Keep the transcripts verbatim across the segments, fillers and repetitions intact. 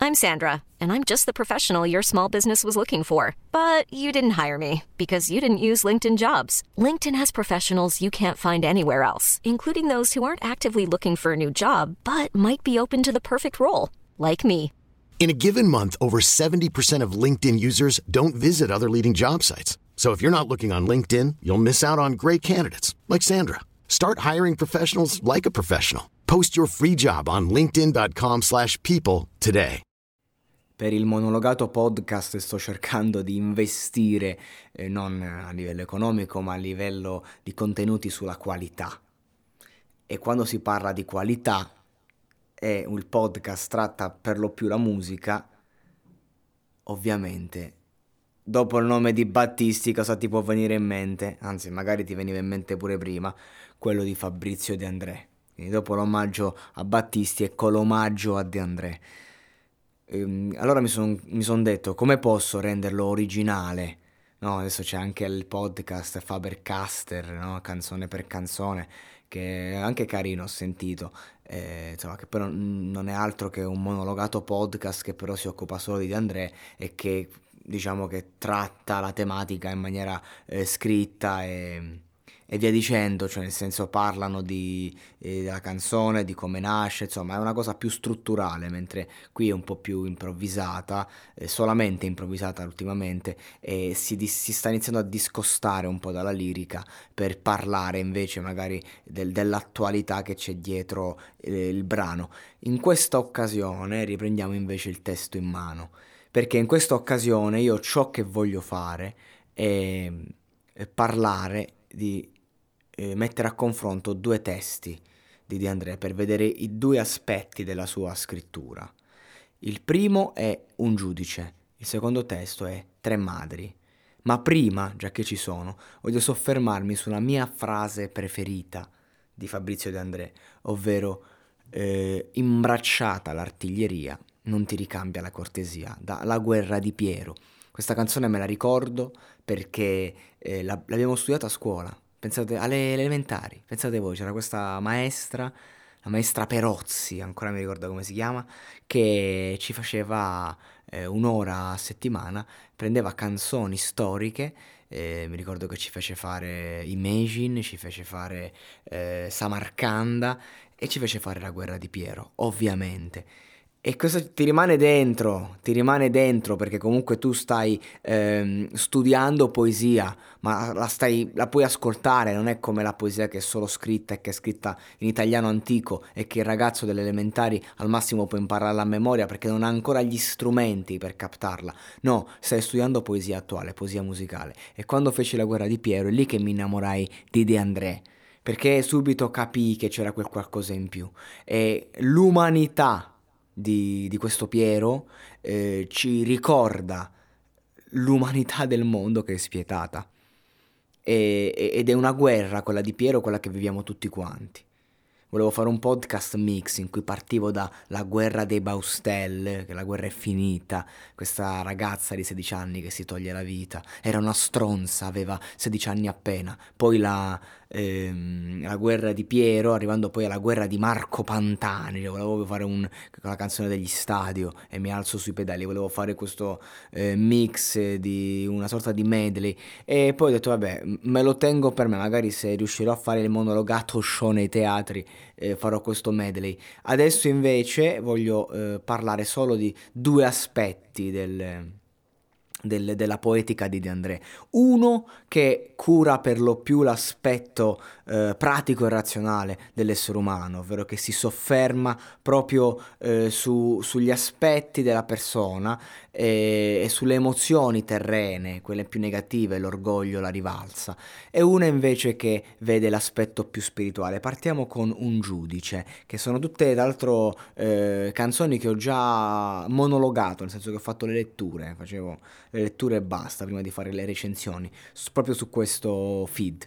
I'm Sandra, and I'm just the professional your small business was looking for. But you didn't hire me because you didn't use LinkedIn Jobs. LinkedIn has professionals you can't find anywhere else, including those who aren't actively looking for a new job, but might be open to the perfect role, like me. In a given month, over seventy percent of LinkedIn users don't visit other leading job sites. So if you're not looking on LinkedIn, you'll miss out on great candidates like Sandra. Start hiring professionals like a professional. Post your free job on linkedin.com slash people today. Per il monologato podcast sto cercando di investire eh, non a livello economico ma a livello di contenuti sulla qualità. E quando si parla di qualità e il podcast tratta per lo più la musica, ovviamente dopo il nome di Battisti cosa ti può venire in mente? Anzi, magari ti veniva in mente pure prima quello di Fabrizio De André. Quindi dopo l'omaggio a Battisti ecco l'omaggio a De André. Ehm, allora mi sono mi son detto come posso renderlo originale, no? Adesso c'è anche il podcast Fabercaster, no? Canzone per canzone, che è anche carino, ho sentito, eh, insomma, che però non è altro che un monologato podcast che però si occupa solo di De André e che diciamo che tratta la tematica in maniera eh, scritta e, e via dicendo, cioè nel senso parlano di, eh, della canzone, di come nasce, insomma è una cosa più strutturale, mentre qui è un po' più improvvisata, eh, solamente improvvisata ultimamente, e si, dis- si sta iniziando a discostare un po' dalla lirica per parlare invece magari del- dell'attualità che c'è dietro eh, il brano. In questa occasione riprendiamo invece il testo in mano, perché in questa occasione io ciò che voglio fare è, è parlare di eh, mettere a confronto due testi di De André per vedere i due aspetti della sua scrittura. Il primo è Un giudice, il secondo testo è Tre madri. Ma prima, già che ci sono, voglio soffermarmi sulla mia frase preferita di Fabrizio De André, ovvero eh, imbracciata l'artiglieria non ti ricambia la cortesia, da La guerra di Piero. Questa canzone me la ricordo perché eh, la- l'abbiamo studiata a scuola, pensate alle elementari, pensate voi, c'era questa maestra, la maestra Perozzi, ancora mi ricordo come si chiama, che ci faceva eh, un'ora a settimana, prendeva canzoni storiche, eh, mi ricordo che ci fece fare Imagine, ci fece fare eh, Samarcanda e ci fece fare La guerra di Piero, ovviamente. E questo ti rimane dentro, ti rimane dentro perché comunque tu stai ehm, studiando poesia, ma la, stai, la puoi ascoltare, non è come la poesia che è solo scritta e che è scritta in italiano antico e che il ragazzo delle elementari al massimo può impararla a memoria perché non ha ancora gli strumenti per captarla. No, stai studiando poesia attuale, poesia musicale. E quando feci La guerra di Piero è lì che mi innamorai di De André, perché subito capii che c'era quel qualcosa in più. E l'umanità di, di questo Piero eh, ci ricorda l'umanità del mondo che è spietata. E- e- ed è una guerra, quella di Piero, quella che viviamo tutti quanti. Volevo fare un podcast mix in cui partivo da La guerra dei Baustelle, che la guerra è finita, questa ragazza di sedici anni che si toglie la vita, era una stronza, aveva sedici anni appena, poi la, ehm, la guerra di Piero, arrivando poi alla guerra di Marco Pantani, volevo fare un, la canzone degli Stadio e mi alzo sui pedali, volevo fare questo eh, mix di una sorta di medley e poi ho detto vabbè me lo tengo per me, magari se riuscirò a fare il monologato show nei teatri eh, farò questo medley. Adesso invece voglio eh, parlare solo di due aspetti del, del- della poetica di De André. Uno che cura per lo più l'aspetto eh, pratico e razionale dell'essere umano, ovvero che si sofferma proprio eh, su- sugli aspetti della persona e, e sulle emozioni terrene, quelle più negative, l'orgoglio, la rivalsa. E una invece che vede l'aspetto più spirituale. Partiamo con Un giudice, che sono tutte, tra l'altro, eh, canzoni che ho già monologato, nel senso che ho fatto le letture, facevo le letture e basta prima di fare le recensioni, s- proprio su questo feed.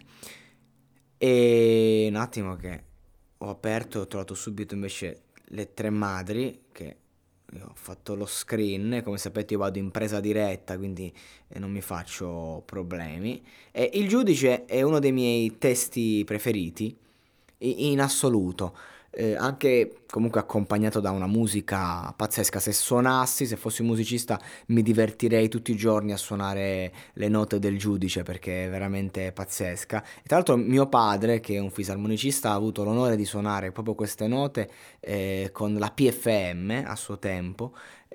E un attimo che ho aperto, ho trovato subito invece Le tre madri, che io ho fatto lo screen, come sapete io vado in presa diretta, quindi eh, non mi faccio problemi. E Il giudice è uno dei miei testi preferiti i- in assoluto. eh, anche comunque accompagnato da una musica pazzesca. Se suonassi, se fossi un musicista, mi divertirei tutti i giorni a suonare le note del giudice perché è veramente pazzesca. E tra l'altro mio padre, che è un fisarmonicista, ha avuto l'onore di suonare proprio queste note eh, con la P F M a suo tempo,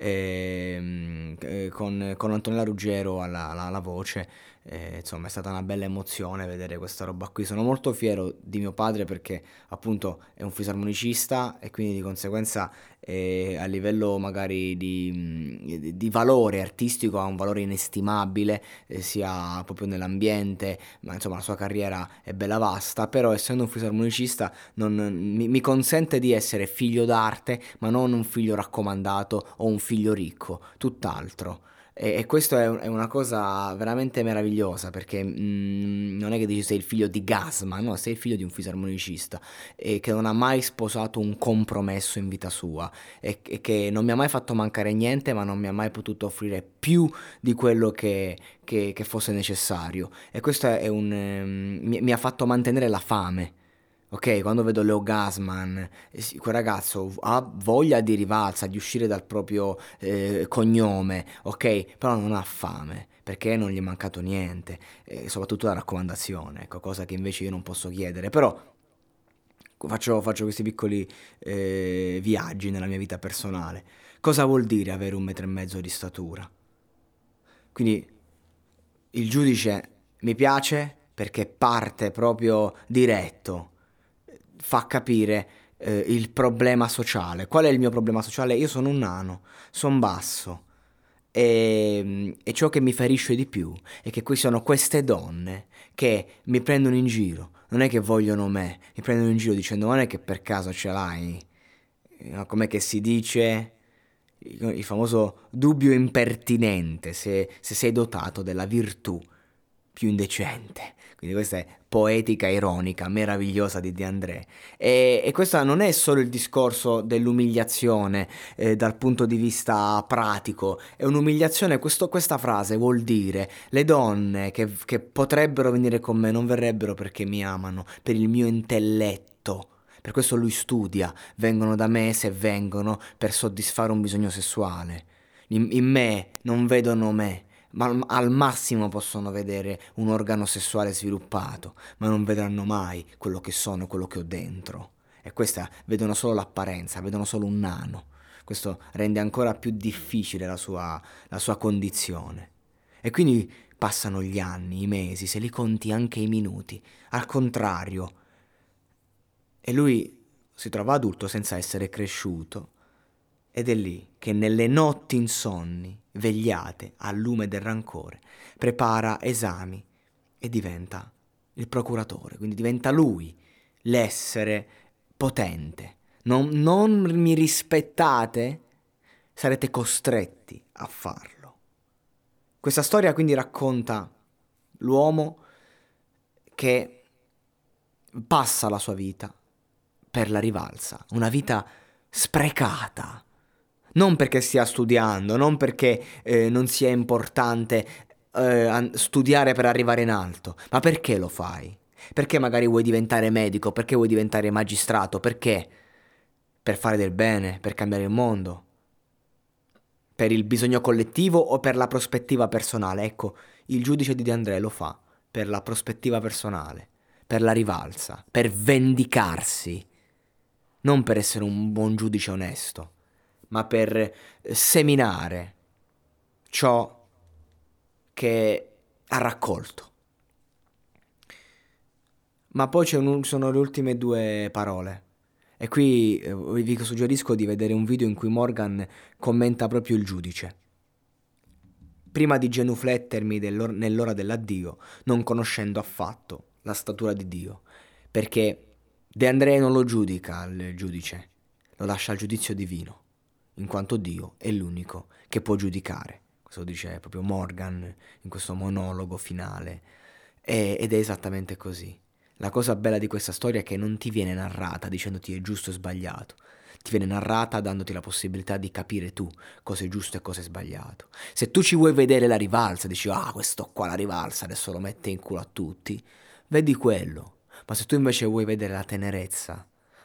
ehm, eh, con, con Antonella Ruggero alla, alla- alla voce. Eh, insomma, è stata una bella emozione vedere questa roba qui. Sono molto fiero di mio padre perché appunto è un fisarmonicista e quindi di conseguenza eh, a livello magari di, mh, di valore artistico ha un valore inestimabile, eh, sia proprio nell'ambiente, ma insomma la sua carriera è bella vasta, però essendo un fisarmonicista non- mi, mi consente di essere figlio d'arte, ma non un figlio raccomandato o un figlio ricco, tutt'altro. E, e questo è, un- è una cosa veramente meravigliosa perché mm, non è che dici sei il figlio di Gasman, no, sei il figlio di un fisarmonicista e che non ha mai sposato un compromesso in vita sua e, e che non mi ha mai fatto mancare niente, ma non mi ha mai potuto offrire più di quello che, che- che fosse necessario. E questo è un, ehm, mi, mi ha fatto mantenere la fame. Ok, quando vedo Leo Gasman, eh sì, quel ragazzo ha voglia di rivalsa, di uscire dal proprio eh, cognome, ok, però non ha fame, perché non gli è mancato niente, e soprattutto la raccomandazione, ecco, cosa che invece io non posso chiedere, però faccio, faccio questi piccoli eh, viaggi nella mia vita personale. Cosa vuol dire avere un metro e mezzo di statura? Quindi il giudice mi piace perché parte proprio diretto, fa capire eh, il problema sociale. Qual è il mio problema sociale? Io sono un nano, sono basso e, e ciò che mi ferisce di più è che qui sono queste donne che mi prendono in giro. Non è che vogliono me, mi prendono in giro dicendo ma non è che per caso ce l'hai. No, com'è che si dice? Il famoso dubbio impertinente, se, se sei dotato della virtù più indecente. Quindi questa è poetica ironica, meravigliosa di De André. E, e questo non è solo il discorso dell'umiliazione eh, dal punto di vista pratico, è un'umiliazione, questo- questa frase vuol dire le donne che, che potrebbero venire con me non verrebbero perché mi amano, per il mio intelletto. Per questo lui studia, vengono da me se vengono per soddisfare un bisogno sessuale. In, in me non vedono me, ma al al massimo possono vedere un organo sessuale sviluppato, ma non vedranno mai quello che sono, quello che ho dentro. E questa vedono solo l'apparenza, vedono solo un nano. Questo rende ancora più difficile la sua, la sua condizione. E quindi passano gli anni, i mesi, se li conti anche i minuti. Al contrario, e lui si trova adulto senza essere cresciuto. Ed è lì che nelle notti insonni, vegliate al lume del rancore, prepara esami e diventa il procuratore. Quindi diventa lui l'essere potente. Non, non mi rispettate, sarete costretti a farlo. Questa storia quindi racconta l'uomo che passa la sua vita per la rivalsa, una vita sprecata. Non perché stia studiando, non perché eh, non sia importante eh, an- studiare per arrivare in alto, ma perché lo fai? Perché magari vuoi diventare medico, perché vuoi diventare magistrato, perché? Per fare del bene, per cambiare il mondo, per il bisogno collettivo o per la prospettiva personale. Ecco, il giudice di De André lo fa per la prospettiva personale, per la rivalsa, per vendicarsi, non per essere un buon giudice onesto, ma per eh, seminare ciò che ha raccolto. Ma poi c'è un- sono le ultime due parole. E qui eh, vi suggerisco di vedere un video in cui Morgan commenta proprio il giudice. Prima di genuflettermi dell'or- nell'ora dell'addio, non conoscendo affatto la statura di Dio, perché De André non lo giudica il giudice, lo lascia al giudizio divino, in quanto Dio è l'unico che può giudicare. Questo dice proprio Morgan in questo monologo finale. E- ed è esattamente così. La cosa bella di questa storia è che non ti viene narrata dicendoti è giusto e sbagliato, ti viene narrata dandoti la possibilità di capire tu cosa è giusto e cosa è sbagliato. Se tu ci vuoi vedere la rivalsa, dici ah questo qua la rivalsa adesso lo mette in culo a tutti, vedi quello. Ma se tu invece vuoi vedere la tenerezza,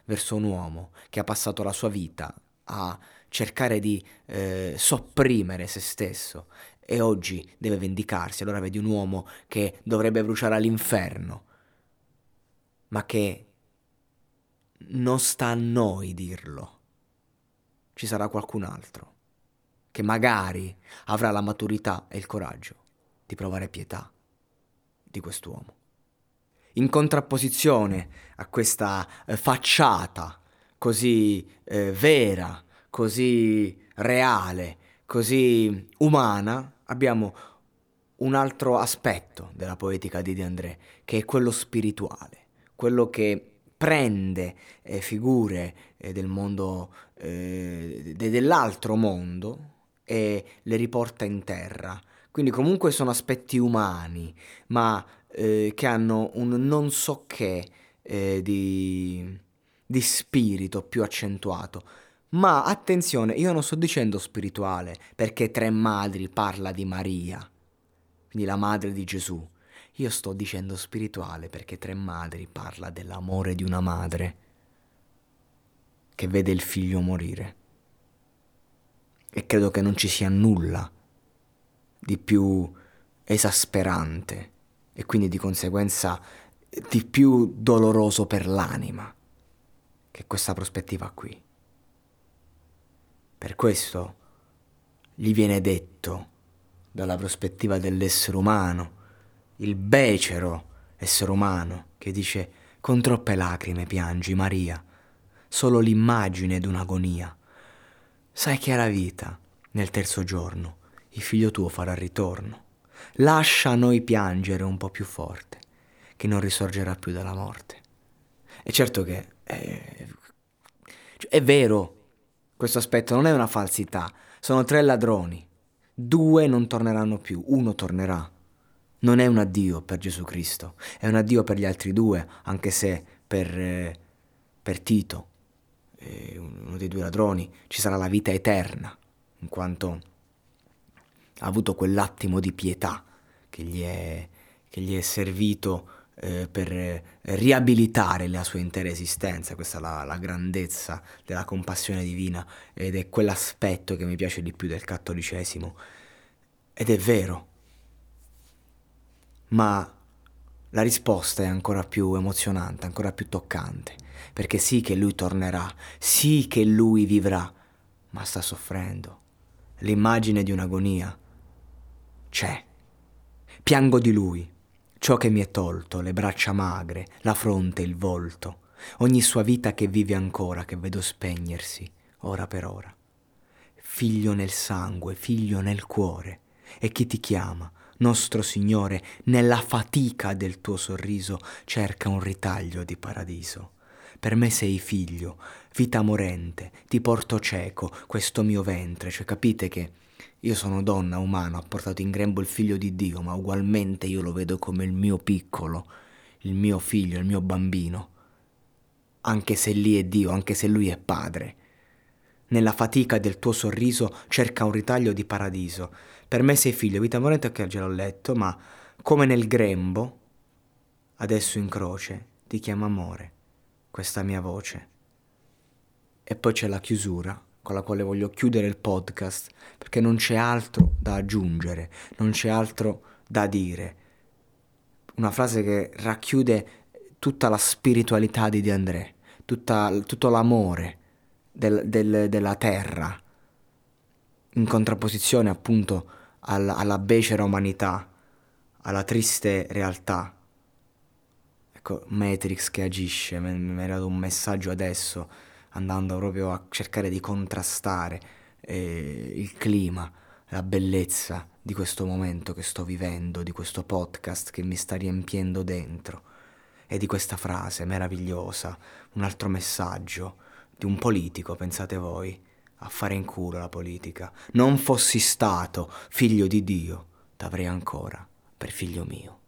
verso un uomo che ha passato la sua vita a cercare di eh, sopprimere se stesso e oggi deve vendicarsi. Allora vedi un uomo che dovrebbe bruciare all'inferno, ma che non sta a noi dirlo. Ci sarà qualcun altro che magari avrà la maturità e il coraggio di provare pietà di quest'uomo. In contrapposizione a questa eh, facciata così eh, vera, così reale, così umana, abbiamo un altro aspetto della poetica di De André, che è quello spirituale, quello che prende eh, figure eh, del mondo, eh, de- dell'altro mondo e le riporta in terra. Quindi comunque sono aspetti umani, ma eh, che hanno un non so che eh, di, di spirito più accentuato. Ma attenzione, io non sto dicendo spirituale perché Tre Madri parla di Maria, quindi la madre di Gesù. Io sto dicendo spirituale perché Tre Madri parla dell'amore di una madre che vede il figlio morire. E credo che non ci sia nulla di più esasperante e quindi di conseguenza di più doloroso per l'anima che questa prospettiva qui. Per questo gli viene detto, dalla prospettiva dell'essere umano, il becero essere umano, che dice: con troppe lacrime piangi, Maria, solo l'immagine d'un'agonia. Sai che è la vita, nel terzo giorno il figlio tuo farà ritorno. Lascia noi piangere un po' più forte, che non risorgerà più dalla morte. E certo che è, è vero, questo aspetto non è una falsità. Sono tre ladroni, due non torneranno più, uno tornerà. Non è un addio per Gesù Cristo, è un addio per gli altri due, anche se per, eh, per Tito, eh, uno dei due ladroni, ci sarà la vita eterna, in quanto ha avuto quell'attimo di pietà che gli è, che gli è servito eh, per eh, riabilitare la sua intera esistenza. Questa è la, la grandezza della compassione divina ed è quell'aspetto che mi piace di più del cattolicesimo. Ed è vero, ma la risposta è ancora più emozionante, ancora più toccante, perché sì che lui tornerà, sì che lui vivrà, ma sta soffrendo. L'immagine di un'agonia c'è. Piango di lui, ciò che mi è tolto, le braccia magre, la fronte, il volto, ogni sua vita che vive ancora, che vedo spegnersi, ora per ora. Figlio nel sangue, figlio nel cuore, e chi ti chiama, nostro Signore, nella fatica del tuo sorriso cerca un ritaglio di paradiso. Per me sei figlio, vita morente, ti porto cieco, questo mio ventre. Cioè capite che io sono donna, umana, ho portato in grembo il figlio di Dio, ma ugualmente io lo vedo come il mio piccolo, il mio figlio, il mio bambino. Anche se lì è Dio, anche se lui è padre. Nella fatica del tuo sorriso cerca un ritaglio di paradiso. Per me sei figlio, vita morente, che già l'ho letto, ma come nel grembo, adesso in croce, ti chiama amore, questa mia voce. E poi c'è la chiusura, con la quale voglio chiudere il podcast, perché non c'è altro da aggiungere, non c'è altro da dire. Una frase che racchiude tutta la spiritualità di De André, tutta, tutto l'amore del, del, della terra, in contrapposizione appunto al, alla becera umanità, alla triste realtà. Ecco, Matrix che agisce, mi è dato un messaggio adesso, andando proprio a cercare di contrastare eh, il clima, la bellezza di questo momento che sto vivendo, di questo podcast che mi sta riempiendo dentro, e di questa frase meravigliosa, un altro messaggio di un politico, pensate voi, a fare in culo la politica. Non fossi stato figlio di Dio, t'avrei ancora per figlio mio.